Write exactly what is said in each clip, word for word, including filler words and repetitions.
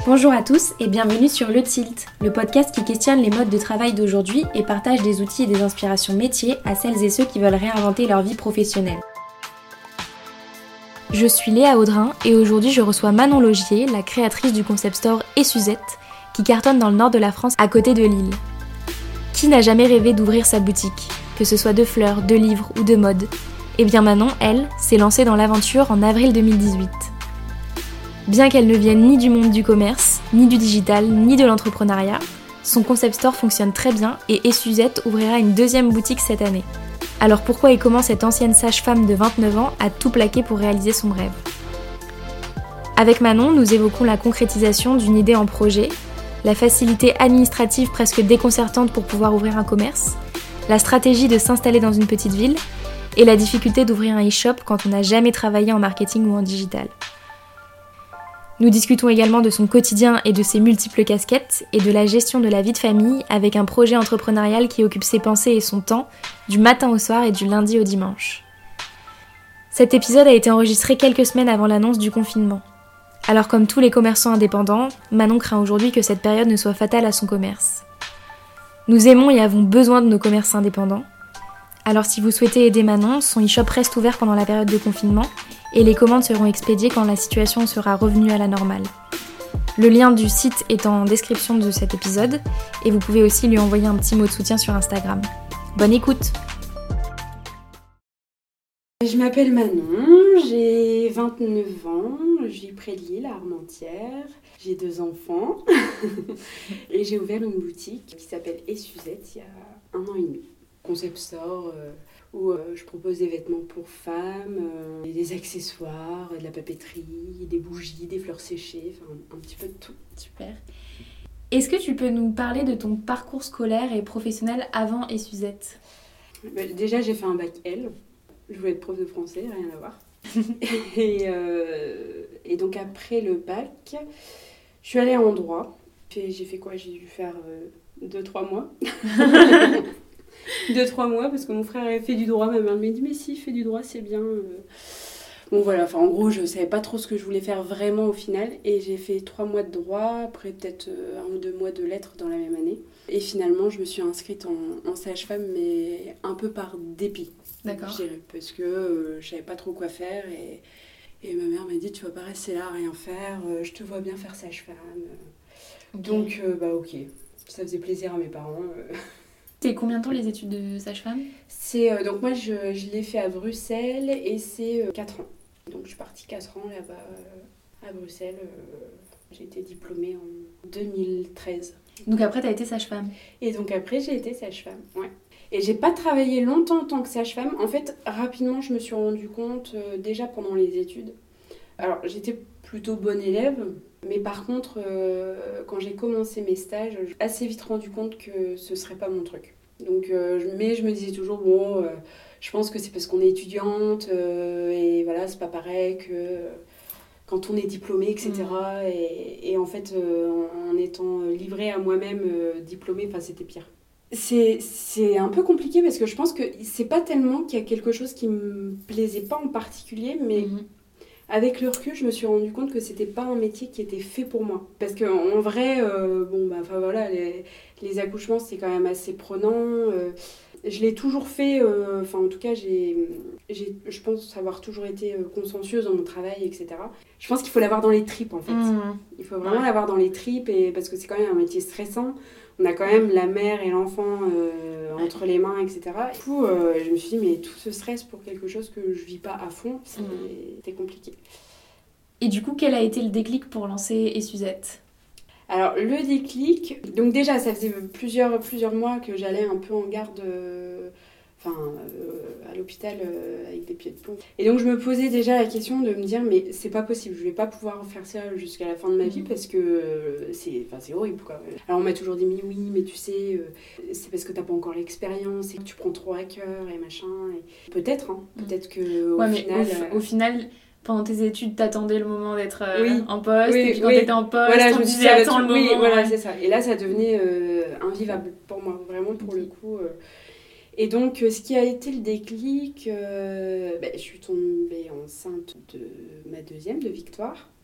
Bonjour à tous et bienvenue sur Le Tilt, le podcast qui questionne les modes de travail d'aujourd'hui et partage des outils et des inspirations métiers à celles et ceux qui veulent réinventer leur vie professionnelle. Je suis Léa Audrin et aujourd'hui je reçois Manon Logier, la créatrice du concept store Et Suzette, qui cartonne dans le nord de la France à côté de Lille. Qui n'a jamais rêvé d'ouvrir sa boutique, que ce soit de fleurs, de livres ou de mode? Eh bien Manon, elle, s'est lancée dans l'aventure en avril deux mille dix-huit. Bien qu'elle ne vienne ni du monde du commerce, ni du digital, ni de l'entrepreneuriat, son concept store fonctionne très bien et Et Suzette ouvrira une deuxième boutique cette année. Alors pourquoi et comment cette ancienne sage-femme de vingt-neuf ans a tout plaqué pour réaliser son rêve? Avec Manon, nous évoquons la concrétisation d'une idée en projet, la facilité administrative presque déconcertante pour pouvoir ouvrir un commerce, la stratégie de s'installer dans une petite ville et la difficulté d'ouvrir un e-shop quand on n'a jamais travaillé en marketing ou en digital. Nous discutons également de son quotidien et de ses multiples casquettes et de la gestion de la vie de famille avec un projet entrepreneurial qui occupe ses pensées et son temps du matin au soir et du lundi au dimanche. Cet épisode a été enregistré quelques semaines avant l'annonce du confinement. Alors comme tous les commerçants indépendants, Manon craint aujourd'hui que cette période ne soit fatale à son commerce. Nous aimons et avons besoin de nos commerces indépendants. Alors si vous souhaitez aider Manon, son e-shop reste ouvert pendant la période de confinement et les commandes seront expédiées quand la situation sera revenue à la normale. Le lien du site est en description de cet épisode et vous pouvez aussi lui envoyer un petit mot de soutien sur Instagram. Bonne écoute! Je m'appelle Manon, j'ai vingt-neuf ans, je vis près de Lille, à Armentières. J'ai deux enfants et j'ai ouvert une boutique qui s'appelle Et Suzette il y a un an et demi. Concept store euh, où euh, je propose des vêtements pour femmes, euh, des accessoires, de la papeterie, des bougies, des fleurs séchées, enfin un petit peu de tout. Super. Est-ce que tu peux nous parler de ton parcours scolaire et professionnel avant Et Suzette? bah, Déjà j'ai fait un bac L, je voulais être prof de français, rien à voir. et, euh, et donc après le bac, je suis allée en droit. Puis j'ai fait quoi? J'ai dû faire deux trois mois. Deux, trois mois, parce que mon frère avait fait du droit, ma mère m'a dit mais si, fais du droit, c'est bien. Bon voilà, enfin en gros je savais pas trop ce que je voulais faire vraiment au final, et j'ai fait trois mois de droit, après peut-être un ou deux mois de lettres dans la même année. Et finalement je me suis inscrite en, en sage-femme, mais un peu par dépit. D'accord. Je dirais, parce que euh, je savais pas trop quoi faire, et, et ma mère m'a dit tu vas pas rester là à rien faire, euh, je te vois bien faire sage-femme. Okay. Donc euh, bah ok, ça faisait plaisir à mes parents. Euh. C'est combien de temps les études de sage-femme? C'est, euh, donc moi je, je l'ai fait à Bruxelles et c'est euh, quatre ans. Donc je suis partie quatre ans là-bas euh, à Bruxelles. Euh, j'ai été diplômée en deux mille treize. Donc après tu as été sage-femme? Et donc après j'ai été sage-femme, ouais. Et j'ai pas travaillé longtemps en tant que sage-femme. En fait, rapidement je me suis rendu compte, euh, déjà pendant les études. Alors j'étais plutôt bonne élève, mais par contre, euh, quand j'ai commencé mes stages, j'ai assez vite rendu compte que ce serait pas mon truc. Donc, euh, mais je me disais toujours, bon, euh, je pense que c'est parce qu'on est étudiante, euh, et voilà, c'est pas pareil que quand on est diplômé, et cetera. Mmh. Et, et en fait, euh, en, en étant livrée à moi-même, euh, diplômée, enfin, c'était pire. C'est, c'est un peu compliqué parce que je pense que c'est pas tellement qu'il y a quelque chose qui me plaisait pas en particulier, mais... Mmh. Avec le recul, je me suis rendu compte que c'était pas un métier qui était fait pour moi. Parce qu'en vrai, euh, bon, bah, enfin voilà, les, les accouchements, c'est quand même assez prenant. Euh, je l'ai toujours fait, enfin euh, en tout cas, j'ai, j'ai, je pense avoir toujours été consciencieuse dans mon travail, et cetera. Je pense qu'il faut l'avoir dans les tripes, en fait. Mmh. Il faut vraiment ouais. l'avoir dans les tripes, et, parce que c'est quand même un métier stressant. On a quand même la mère et l'enfant euh, entre les mains, et cetera. Du coup, euh, je me suis dit, mais tout ce stress pour quelque chose que je vis pas à fond, c'est, mmh. c'était compliqué. Et du coup, quel a été le déclic pour lancer Et Suzette ? Alors, le déclic... Donc déjà, ça faisait plusieurs, plusieurs mois que j'allais un peu en garde... Euh, enfin, euh, à l'hôpital euh, avec des pieds de plomb. Et donc, je me posais déjà la question de me dire, mais c'est pas possible, je vais pas pouvoir faire ça jusqu'à la fin de ma vie, parce que euh, c'est, enfin, c'est horrible, quoi. Alors, on m'a toujours dit, mais oui, mais tu sais, euh, c'est parce que t'as pas encore l'expérience, et que tu prends trop à cœur, et machin. Et... Peut-être, hein, peut-être que au ouais, final... Mais au, euh... au final... Pendant tes études, t'attendais le moment d'être euh, oui. en poste, oui, et puis quand oui. t'étais en poste, voilà, on je disait attends le moment. Oui, voilà, ouais. c'est ça. Et là, ça devenait euh, invivable pour moi, vraiment pour le coup. Euh. Et donc, ce qui a été le déclic, euh, bah, je suis tombée enceinte de ma deuxième, de Victoire.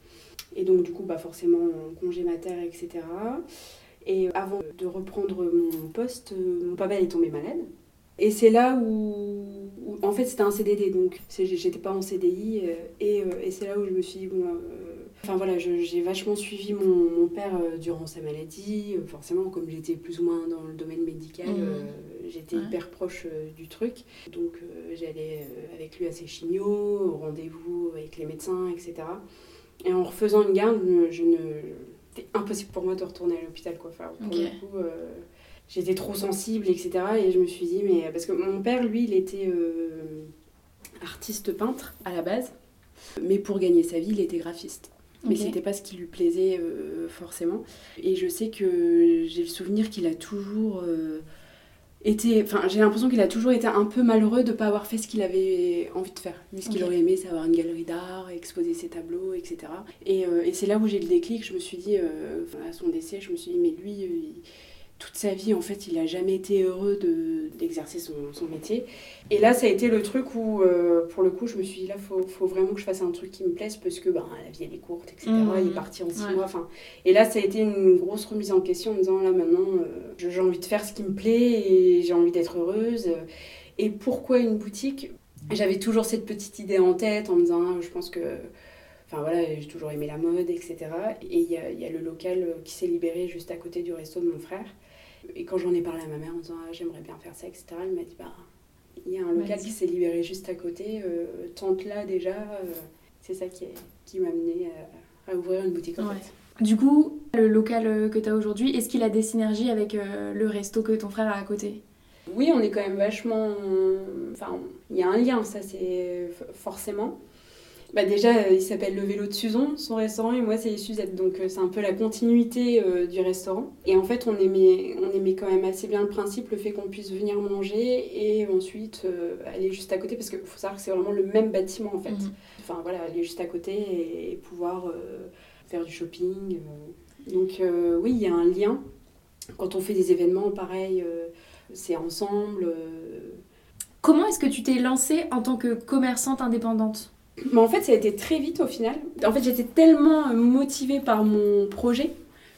Et donc du coup, bah, forcément, congé mater, et cetera. Et avant de reprendre mon poste, mon papa est tombé malade. Et c'est là où, où en fait, c'était un C D D, donc j'étais pas en C D I. Et, et c'est là où je me suis dit, bon, euh, enfin voilà, je, j'ai vachement suivi mon, mon père durant sa maladie. Forcément, comme j'étais plus ou moins dans le domaine médical, mmh. euh, j'étais ouais. hyper proche euh, du truc. Donc euh, j'allais euh, avec lui à ses chimios, au rendez-vous avec les médecins, et cetera. Et en refaisant une garde, je ne... c'était impossible pour moi de retourner à l'hôpital, quoi. Enfin, pour okay. le coup, euh, j'étais trop sensible, et cetera. Et je me suis dit, mais... Parce que mon père, lui, il était euh, artiste peintre, à la base. Mais pour gagner sa vie, il était graphiste. Mais okay. c'était pas ce qui lui plaisait euh, forcément. Et je sais que j'ai le souvenir qu'il a toujours... Euh, Était, enfin, j'ai l'impression qu'il a toujours été un peu malheureux de ne pas avoir fait ce qu'il avait envie de faire. Lui, ce qu'il okay. aurait aimé, c'est avoir une galerie d'art, exposer ses tableaux, et cetera. Et, euh, et c'est là où j'ai le déclic. Je me suis dit, euh, à son décès, je me suis dit, mais lui, euh, il, toute sa vie, en fait, il n'a jamais été heureux de, d'exercer son, son métier. Et là, ça a été le truc où, euh, pour le coup, je me suis dit, là, il faut, faut vraiment que je fasse un truc qui me plaise parce que ben, la vie, elle est courte, et cetera. Mmh. Il est parti en six ouais. mois. Enfin, et là, ça a été une grosse remise en question en me disant, là, maintenant, euh, j'ai envie de faire ce qui me plaît et j'ai envie d'être heureuse. Et pourquoi une boutique ? J'avais toujours cette petite idée en tête en me disant, ah, je pense que... Enfin voilà, j'ai toujours aimé la mode, et cetera. Et il y a, y a le local qui s'est libéré juste à côté du resto de mon frère. Et quand j'en ai parlé à ma mère en disant ah, j'aimerais bien faire ça, et cetera, elle m'a dit bah il y a un local ouais, qui s'est libéré juste à côté, euh, tente là déjà. Euh, c'est ça qui, est, qui m'a amené à, à ouvrir une boutique en ouais. fait. Du coup, le local que tu as aujourd'hui, est-ce qu'il a des synergies avec euh, le resto que ton frère a à côté ? Oui, on est quand même vachement. Enfin, il y a un lien, ça c'est forcément. Bah déjà, il s'appelle Le Vélo de Suzon, son restaurant, et moi, c'est les Suzettes. Donc, c'est un peu la continuité euh, du restaurant. Et en fait, on aimait, on aimait quand même assez bien le principe, le fait qu'on puisse venir manger et ensuite euh, aller juste à côté, parce qu'il faut savoir que c'est vraiment le même bâtiment, en fait. Mmh. Enfin, voilà, aller juste à côté et, et pouvoir euh, faire du shopping. Euh. Donc, euh, oui, il y a un lien. Quand on fait des événements, pareil, euh, c'est ensemble. Euh. Comment est-ce que tu t'es lancée en tant que commerçante indépendante ? Mais en fait, ça a été très vite au final. En fait, j'étais tellement motivée par mon projet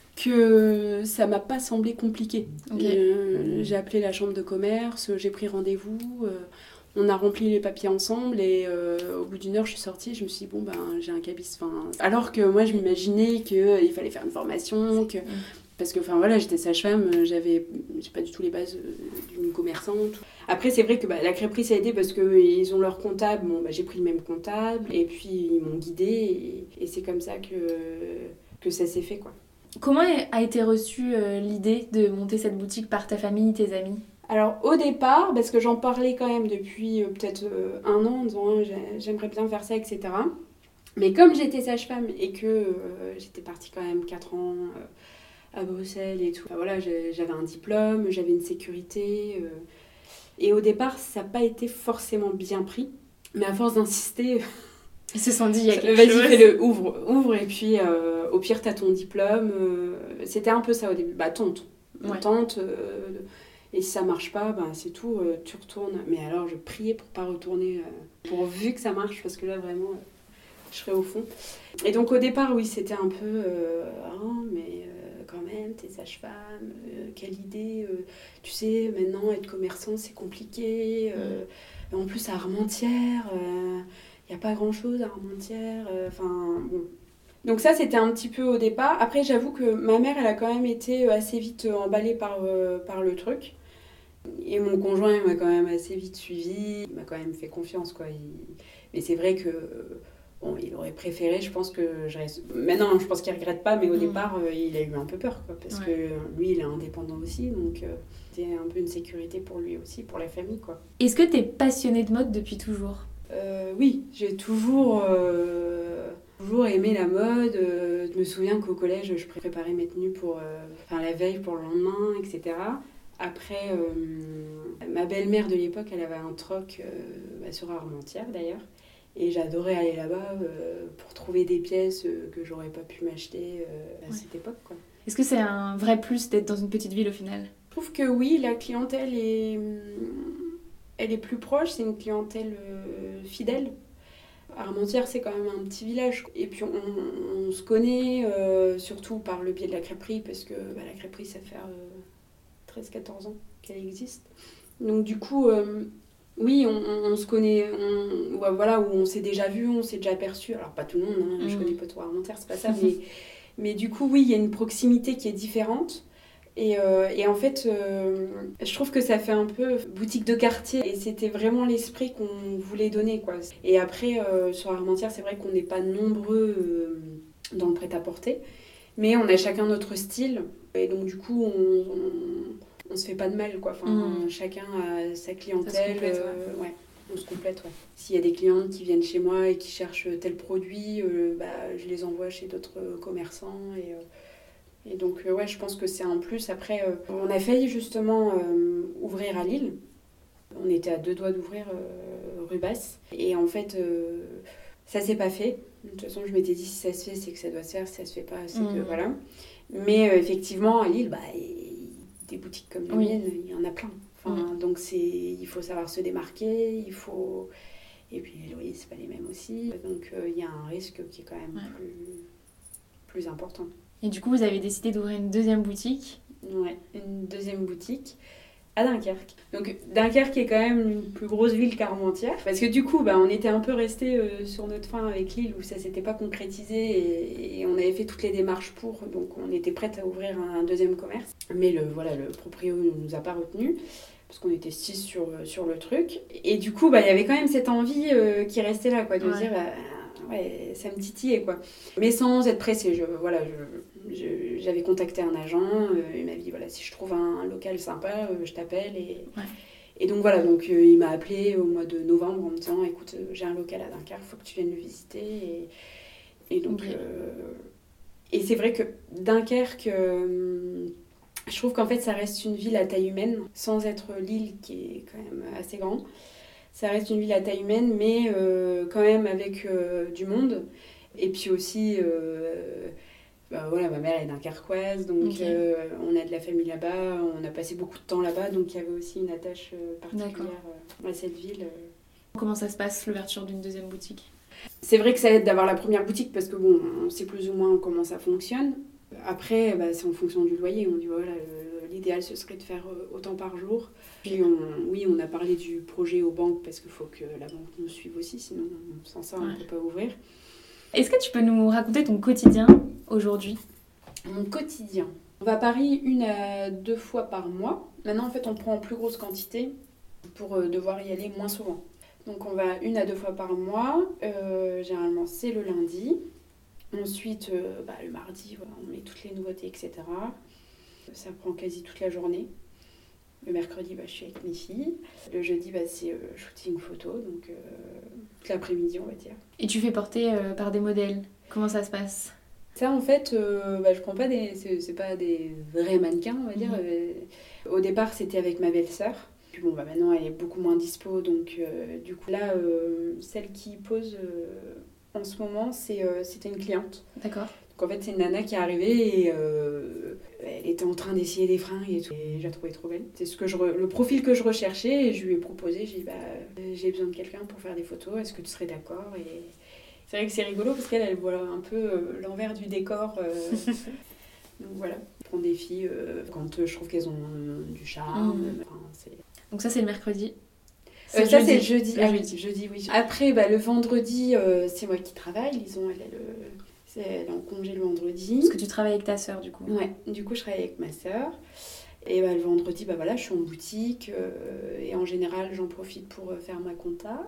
que ça m'a pas semblé compliqué. Okay. Euh, j'ai appelé la chambre de commerce, j'ai pris rendez-vous, euh, on a rempli les papiers ensemble et euh, au bout d'une heure, je suis sortie. Je me suis dit, bon, ben, j'ai un cabis. Enfin, alors que moi, je m'imaginais qu'il fallait faire une formation, que... Parce que, enfin, voilà, j'étais sage-femme, j'avais j'ai pas du tout les bases d'une commerçante. Après, c'est vrai que bah, la crêperie, ça a aidé parce qu'ils ont leur comptable. Bon, bah, j'ai pris le même comptable et puis ils m'ont guidée et, et c'est comme ça que, que ça s'est fait, quoi. Comment a été reçue euh, l'idée de monter cette boutique par ta famille, tes amis ? Alors, au départ, parce que j'en parlais quand même depuis euh, peut-être euh, un an en disant oh, j'aimerais bien faire ça, et cetera. Mais comme j'étais sage-femme et que euh, j'étais partie quand même quatre ans... Euh, à Bruxelles et tout. Enfin, voilà, j'avais un diplôme, j'avais une sécurité. Euh, et au départ, ça n'a pas été forcément bien pris. Mais à force d'insister... Ils se sont dit, il y a quelque vas-y, chose. Vas-y, fais-le, ouvre, ouvre. Et puis, euh, au pire, t'as ton diplôme. Euh, c'était un peu ça au début. Bah, tente. Ouais. Tente. Euh, et si ça marche pas, bah, c'est tout. Euh, tu retournes. Mais alors, je priais pour pas retourner. Euh, pourvu que ça marche. Parce que là, vraiment, euh, je serais au fond. Et donc, au départ, oui, c'était un peu... Euh, oh, mais... Euh, quand même, t'es sage-femme, euh, quelle idée, euh, tu sais, maintenant, être commerçant, c'est compliqué, euh, mmh. en plus, à Armentières, il euh, n'y a pas grand-chose à Armentières, enfin, euh, bon. Donc ça, c'était un petit peu au départ. Après, j'avoue que ma mère, elle a quand même été assez vite emballée par, euh, par le truc. Et mon conjoint, il m'a quand même assez vite suivi, il m'a quand même fait confiance, quoi. Il... Mais c'est vrai que... Bon, il aurait préféré, je pense que je reste... Maintenant, je pense qu'il ne regrette pas, mais au mmh. départ, euh, il a eu un peu peur, quoi, parce ouais. que lui, il est indépendant aussi, donc euh, c'était un peu une sécurité pour lui aussi, pour la famille, quoi. Est-ce que tu es passionnée de mode depuis toujours ? euh, Oui, j'ai toujours, euh, toujours aimé la mode. Euh, je me souviens qu'au collège, je préparais mes tenues pour, euh, enfin, la veille pour le lendemain, et cetera. Après, euh, ma belle-mère de l'époque, elle avait un troc euh, bah, sur Armentières, d'ailleurs. Et j'adorais aller là-bas euh, pour trouver des pièces euh, que j'aurais pas pu m'acheter euh, à ouais. cette époque, quoi. Est-ce que c'est un vrai plus d'être dans une petite ville au final ? Je trouve que oui, la clientèle est, elle est plus proche, c'est une clientèle euh, fidèle. Armentières, c'est quand même un petit village. Et puis on, on on se connaît, euh, surtout par le biais de la crêperie, parce que bah, la crêperie, ça fait euh, treize quatorze ans qu'elle existe. Donc du coup, euh, oui, on, on, on se connaît, on, ouais, voilà, où on s'est déjà vu, on s'est déjà aperçu. Alors pas tout le monde, hein, mmh. je connais pas tout Armentières, c'est pas ça, mais, mais du coup, oui, il y a une proximité qui est différente. Et, euh, et en fait, euh, je trouve que ça fait un peu boutique de quartier. Et c'était vraiment l'esprit qu'on voulait donner, quoi. Et après, euh, sur Armentières, c'est vrai qu'on n'est pas nombreux euh, dans le prêt-à-porter. Mais on a chacun notre style. Et donc, du coup, on, on, on se fait pas de mal, quoi. Enfin, mmh. Chacun a sa clientèle. Ça se complète, euh, ouais. ouais. On se complète, ouais. S'il y a des clientes qui viennent chez moi et qui cherchent tel produit, euh, bah, je les envoie chez d'autres commerçants. Et... Euh, Et donc, euh, ouais, je pense que c'est un plus. Après, euh, on a failli justement euh, ouvrir à Lille. On était à deux doigts d'ouvrir euh, rue Basse. Et en fait, euh, ça s'est pas fait. De toute façon, je m'étais dit, si ça se fait, c'est que ça doit se faire. Si ça se fait pas, c'est mmh. que voilà. Mais euh, effectivement, à Lille, bah, des boutiques comme la oui. mienne, il y en a plein. Enfin, mmh. Donc, c'est, il faut savoir se démarquer. Il faut... Et puis, les loyers, c'est pas les mêmes aussi. Donc, il euh, y a un risque qui est quand même ouais. plus, plus important. Et du coup, vous avez décidé d'ouvrir une deuxième boutique ? Ouais, une deuxième boutique à Dunkerque. Donc Dunkerque est quand même une plus grosse ville qu'Armentières. Parce que du coup, bah, on était un peu restés euh, sur notre fin avec Lille où ça ne s'était pas concrétisé et, et on avait fait toutes les démarches pour. Donc on était prête à ouvrir un, un deuxième commerce. Mais le, voilà, le proprio ne nous a pas retenus. Parce qu'on était six sur, sur le truc. Et du coup, bah, il y avait quand même cette envie euh, qui restait là, quoi, de ouais. dire... Bah, ouais, ça me titillait, quoi. Mais sans être pressée. Je, voilà, je, je, j'avais contacté un agent. Euh, il m'a dit, voilà, si je trouve un, un local sympa, euh, je t'appelle. Et, ouais. et donc, voilà. Donc, euh, il m'a appelé au mois de novembre en me disant, écoute, euh, j'ai un local à Dunkerque, il faut que tu viennes le visiter. Et, et donc... Okay. Euh, et c'est vrai que Dunkerque... Euh, je trouve qu'en fait, ça reste une ville à taille humaine, sans être Lille, qui est quand même assez grand. Ça reste une ville à taille humaine, mais euh, quand même avec euh, du monde. Et puis aussi, euh, bah voilà, ma mère est dunkerquoise, donc okay. euh, on a de la famille là-bas, on a passé beaucoup de temps là-bas, donc il y avait aussi une attache euh, particulière euh, à cette ville. Comment ça se passe, l'ouverture d'une deuxième boutique ? C'est vrai que ça aide d'avoir la première boutique, parce que bon, on sait plus ou moins comment ça fonctionne. Après, bah, c'est en fonction du loyer. On dit voilà, euh, l'idéal ce serait de faire euh, autant par jour. Puis on, oui, on a parlé du projet aux banques parce qu'il faut que la banque nous suive aussi, sinon sans ça on ne ouais. peut pas ouvrir. Est-ce que tu peux nous raconter ton quotidien aujourd'hui ? Mon quotidien. On va à Paris une à deux fois par mois. Maintenant en fait on prend en plus grosse quantité pour euh, devoir y aller moins souvent. Donc on va une à deux fois par mois. Euh, généralement c'est le lundi. Ensuite, euh, bah, le mardi, voilà, on met toutes les nouveautés, et cetera. Ça prend quasi toute la journée. Le mercredi, bah, je suis avec mes filles. Le jeudi, bah, c'est euh, shooting photo, donc euh, toute l'après-midi, on va dire. Et tu fais porter euh, par des modèles. Comment ça se passe ? Ça, en fait, euh, bah, je prends pas des... C'est, c'est pas des vrais mannequins, on va dire. Mmh. Euh, au départ, c'était avec ma belle-sœur. Puis bon, bah, maintenant, elle est beaucoup moins dispo, donc euh, du coup, là, euh, celle qui pose... Euh, en ce moment, c'est, euh, c'était une cliente. D'accord. Donc en fait, c'est une nana qui est arrivée et euh, elle était en train d'essayer des fringues et tout. Et je la trouvais trop belle. C'est ce que je re... le profil que je recherchais et je lui ai proposé. J'ai dit, bah, j'ai besoin de quelqu'un pour faire des photos. Est-ce que tu serais d'accord ? Et c'est vrai que c'est rigolo parce qu'elle, elle voit un peu euh, l'envers du décor. Euh... Donc voilà. Je prends des filles euh, quand euh, je trouve qu'elles ont euh, du charme. Mmh. Enfin, c'est... Donc ça, c'est le mercredi ? C'est euh, ça, c'est le jeudi. Ah oui, jeudi, oui. Après, bah, le vendredi, euh, c'est moi qui travaille. Lison, elle est, le... c'est... elle est en congé le vendredi. Parce que tu travailles avec ta sœur, du coup. Ouais, du coup, je travaille avec ma sœur. Et bah, le vendredi, bah, voilà, je suis en boutique. Euh, et en général, j'en profite pour faire ma compta.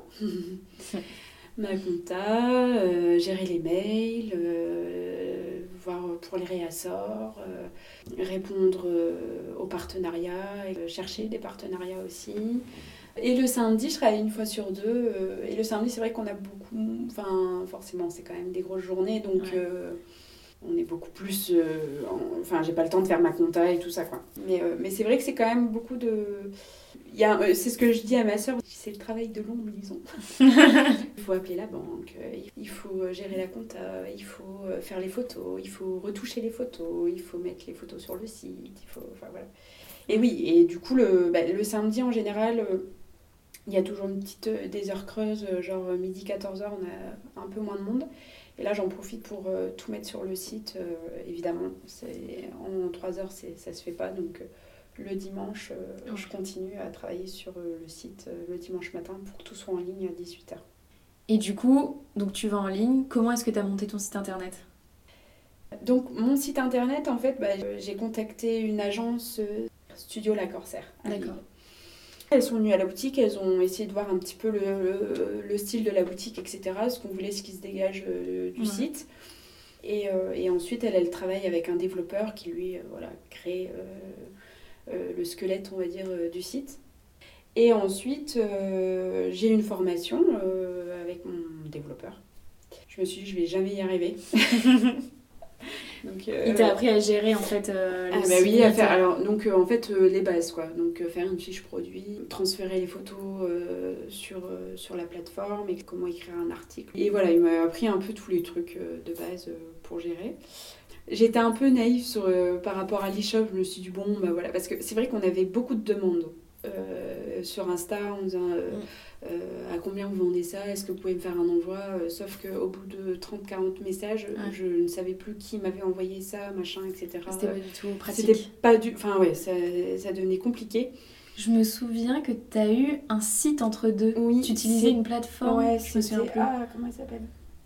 ma compta, euh, gérer les mails, euh, voir pour les réassorts, euh, répondre euh, aux partenariats, et chercher des partenariats aussi. Et le samedi, je travaille une fois sur deux. Euh, et le samedi, c'est vrai qu'on a beaucoup... Enfin, forcément, c'est quand même des grosses journées. Donc, ouais. euh, on est beaucoup plus... Euh, en, enfin, j'ai pas le temps de faire ma compta et tout ça, quoi. Mais, euh, mais c'est vrai que c'est quand même beaucoup de... Il y a, euh, c'est ce que je dis à ma sœur. C'est le travail de l'ombre, disons. Il faut appeler la banque. Il faut gérer la compta. Il faut faire les photos. Il faut retoucher les photos. Il faut mettre les photos sur le site. Il faut... Enfin, voilà. Et oui, et du coup, le, bah, le samedi, en général... Euh, Il y a toujours une petite, euh, des heures creuses, euh, genre euh, midi quatorze heures, on a un peu moins de monde. Et là, j'en profite pour euh, tout mettre sur le site. Euh, évidemment, c'est, en trois heures, c'est, ça se fait pas. Donc, euh, le dimanche, euh, Ouais. je continue à travailler sur euh, le site euh, le dimanche matin pour que tout soit en ligne à dix-huit heures. Et du coup, donc tu vas en ligne. Comment est-ce que tu as monté ton site internet? Donc, mon site internet, en fait, bah, j'ai contacté une agence euh, Studio La Corsaire. à D'accord. Lille. Elles sont venues à la boutique, elles ont essayé de voir un petit peu le, le, le style de la boutique, et cetera, ce qu'on voulait, ce qui se dégage euh, du Ouais. site. Et, euh, et ensuite, elle, elle travaille avec un développeur qui, lui, euh, voilà, crée euh, euh, le squelette, on va dire, euh, du site. Et ensuite, euh, j'ai une formation euh, avec mon développeur. Je me suis dit, je vais jamais y arriver. Donc, euh, Il t'a appris à gérer en fait euh, ah le bah site. oui, à faire, alors, donc euh, en fait euh, les bases quoi, donc euh, faire une fiche produit, transférer les photos euh, sur, euh, sur la plateforme et comment écrire un article. Et voilà, il m'a appris un peu tous les trucs euh, de base euh, pour gérer. J'étais un peu naïve sur, euh, par rapport à l'e-shop, je me suis dit bon bah voilà, parce que c'est vrai qu'on avait beaucoup de demandes euh, sur Insta en disant euh, Mm. euh, à combien vous vendez ça, est-ce que vous pouvez me faire un envoi, euh, sauf qu'au bout de trente quarante messages, Ouais. je ne savais plus qui m'avait envoyé ça, machin, et cetera. C'était pas du tout pratique. C'était pas du... Enfin ouais, ça, ça devenait compliqué. Je me souviens que tu as eu un site entre deux. Oui, Tu utilisais c'est- une plateforme. Ouais, je me souviens c'était... plus. Ah, comment elle s'appelle?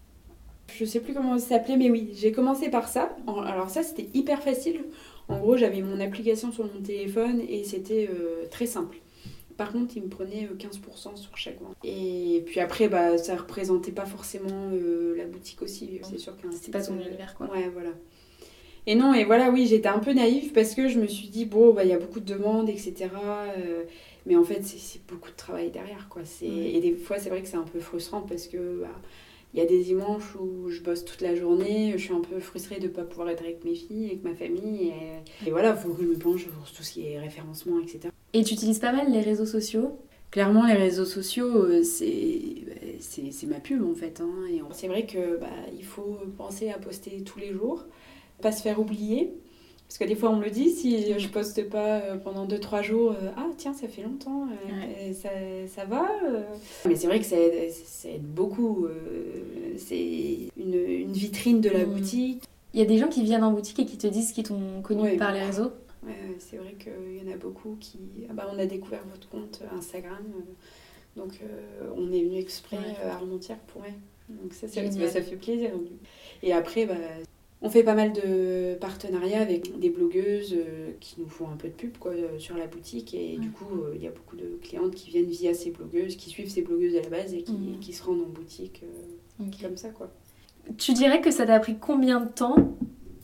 Je sais plus comment ça s'appelait, mais oui, j'ai commencé par ça. En- Alors ça, c'était hyper facile. En gros, j'avais mon application sur mon téléphone et c'était euh, très simple. Par contre, il me prenait euh, quinze pour cent sur chaque vente. Et puis après, bah, ça représentait pas forcément euh, la boutique aussi. C'est sûr qu'un C'était site, pas ton euh, univers, quoi. Ouais, voilà. Et non, et voilà, oui, j'étais un peu naïve parce que je me suis dit, bon, bah, il y a beaucoup de demandes, et cetera. euh, mais en fait, c'est, c'est beaucoup de travail derrière, quoi. C'est, Ouais. Et des fois, c'est vrai que c'est un peu frustrant parce que bah, il y a des dimanches où je bosse toute la journée, je suis un peu frustrée de ne pas pouvoir être avec mes filles, avec ma famille. Et, et voilà, il faut que je me penche sur tout ce qui est référencement, et cetera. Et tu utilises pas mal les réseaux sociaux. Clairement, les réseaux sociaux, euh, c'est, bah, c'est, c'est ma pub en fait. Hein. Et c'est vrai que bah, il faut penser à poster tous les jours, pas se faire oublier. Parce que des fois, on me le dit, si je poste pas euh, pendant deux trois jours, euh, ah tiens, ça fait longtemps, euh, Ouais. ça, ça va. euh. Mais c'est vrai que ça aide, ça aide beaucoup. euh, c'est une, une vitrine de la Mm. boutique. Il y a des gens qui viennent en boutique et qui te disent qu'ils t'ont connu Ouais. par les réseaux. Ouais, c'est vrai qu'il y en a beaucoup qui... Ah bah, on a découvert votre compte Instagram, euh, donc euh, on est venu exprès Ouais. euh, à Armentières pour... Ouais. Donc ça, ça, Génial. bah, ça fait plaisir. Et après, bah, on fait pas mal de partenariats avec des blogueuses euh, qui nous font un peu de pub quoi, euh, sur la boutique. Et Ouais. du coup, euh, il y a beaucoup de clientes qui viennent via ces blogueuses, qui suivent ces blogueuses à la base et qui, Mhm. qui se rendent en boutique euh, Ok. comme ça, quoi. Tu dirais que ça t'a pris combien de temps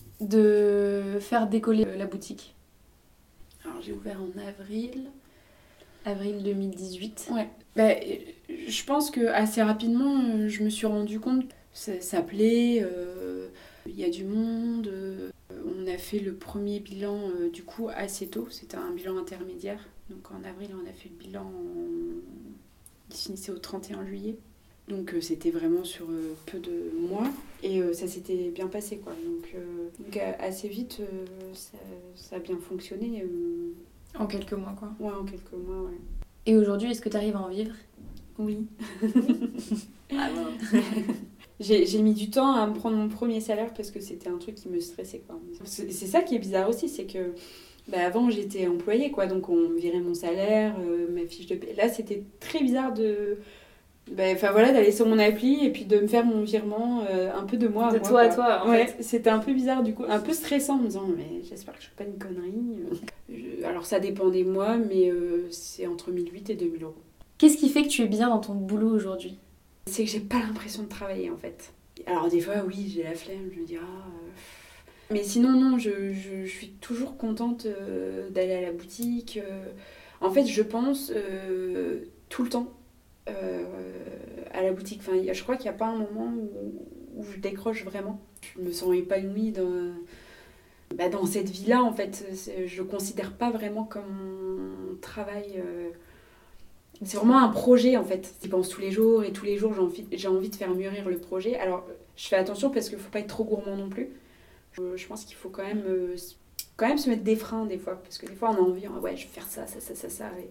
de faire décoller la boutique? Alors, j'ai ouvert en avril... Avril deux mille dix-huit. Ouais. Bah, euh, je pense que assez rapidement, euh, je me suis rendu compte que ça, ça plaît, euh, il y a du monde. euh, on a fait le premier bilan euh, du coup assez tôt, c'était un bilan intermédiaire. Donc en avril, on a fait le bilan en... qui se finissait au trente et un juillet. Donc euh, c'était vraiment sur euh, peu de mois et euh, ça s'était bien passé quoi. Donc, euh, donc euh, assez vite, euh, ça, ça a bien fonctionné. euh, En quelques mois, quoi. ouais, en quelques mois, ouais. Et aujourd'hui, est-ce que tu arrives à en vivre? Oui. Ah non. J'ai, j'ai mis du temps à me prendre mon premier salaire parce que c'était un truc qui me stressait, quoi. C'est, c'est ça qui est bizarre aussi, c'est que bah, avant j'étais employée, quoi, donc on me virait mon salaire, euh, ma fiche de paie. Là, c'était très bizarre de, bah, voilà, d'aller sur mon appli et puis de me faire mon virement euh, un peu de moi à De moi. toi à quoi. toi, en Ouais, fait. c'était un peu bizarre du coup, un peu stressant en me disant mais j'espère que je fais pas une connerie. Je- Alors ça dépend des mois, mais euh, c'est entre mille huit et deux mille euros. Qu'est-ce qui fait que tu es bien dans ton boulot aujourd'hui? C'est que j'ai pas l'impression de travailler en fait. Alors des fois oui j'ai la flemme, je me dis ah... euh, Mais sinon non, je, je, je suis toujours contente euh, d'aller à la boutique. euh. En fait je pense euh, tout le temps euh, à la boutique. Enfin, y a- je crois qu'il n'y a pas un moment où, où je décroche vraiment. Je me sens épanouie dans, bah, dans cette vie-là en fait. C'est- Je le considère pas vraiment comme mon travail... euh, C'est vraiment un projet en fait. J'y pense tous les jours et tous les jours j'ai envie, j'ai envie de faire mûrir le projet. Alors je fais attention parce qu'il ne faut pas être trop gourmand non plus. Je, je pense qu'il faut quand même, euh, quand même se mettre des freins des fois. Parce que des fois on a envie, ouais je vais faire ça, ça, ça, ça, ça.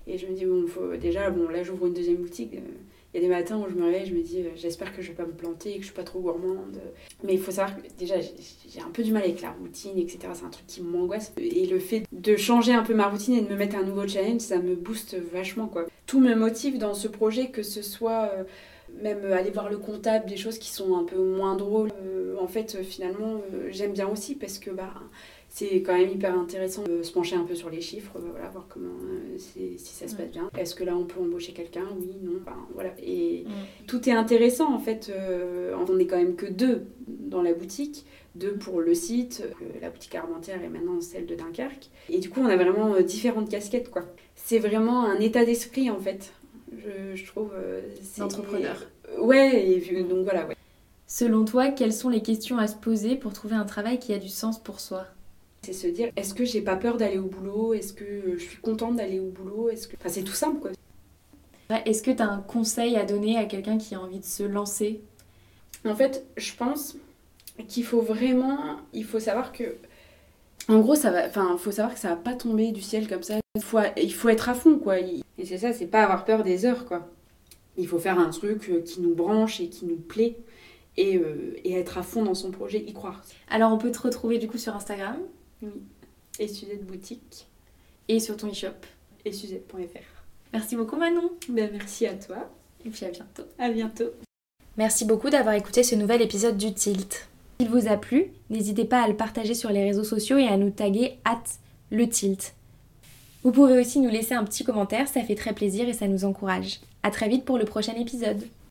Et je me dis, bon, faut, déjà, bon, là j'ouvre une deuxième boutique. Il y a des matins où je me réveille, je me dis, euh, j'espère que je vais pas me planter, que je suis pas trop gourmande. Mais il faut savoir que déjà, j'ai, j'ai un peu du mal avec la routine, et cetera. C'est un truc qui m'angoisse. Et le fait de changer un peu ma routine et de me mettre un nouveau challenge, ça me booste vachement, quoi. Tout me motive dans ce projet, que ce soit euh, même aller voir le comptable, des choses qui sont un peu moins drôles. Euh, en fait, euh, finalement, euh, j'aime bien aussi parce que bah, c'est quand même hyper intéressant de se pencher un peu sur les chiffres, euh, voilà, voir comment, euh, si ça se passe bien. Est-ce que là, on peut embaucher quelqu'un? Oui, non, enfin, voilà. Et mmh. tout est intéressant, en fait. Euh, on n'est quand même que deux dans la boutique. Deux pour le site, euh, la boutique Armentières et maintenant celle de Dunkerque. Et du coup, on a vraiment euh, différentes casquettes, quoi. C'est vraiment un état d'esprit, en fait. Je, je trouve... Euh, c'est... D'entrepreneur. Ouais, et donc voilà, ouais. Selon toi, quelles sont les questions à se poser pour trouver un travail qui a du sens pour soi? C'est se dire, est-ce que j'ai pas peur d'aller au boulot? Est-ce que je suis contente d'aller au boulot? Est-ce que... Enfin, c'est tout simple, quoi. Est-ce que tu as un conseil à donner à quelqu'un qui a envie de se lancer? En fait, je pense qu'il faut vraiment... Il faut savoir que... En gros, ça va... Enfin, faut savoir que ça va pas tomber du ciel comme ça. Il faut, il faut être à fond, quoi. Et c'est ça, c'est pas avoir peur des heures, quoi. Il faut faire un truc qui nous branche et qui nous plaît. Et, euh, et être à fond dans son projet, y croire. Alors, on peut te retrouver du coup sur Instagram? Oui. Et Suzette Boutique. Et sur ton e-shop? Et Suzette point f r. Merci beaucoup Manon. Ben, merci à toi. Et puis à bientôt. À bientôt. Merci beaucoup d'avoir écouté ce nouvel épisode du Tilt. S'il vous a plu, n'hésitez pas à le partager sur les réseaux sociaux et à nous taguer arobase le tilt. Vous pouvez aussi nous laisser un petit commentaire, ça fait très plaisir et ça nous encourage. À très vite pour le prochain épisode.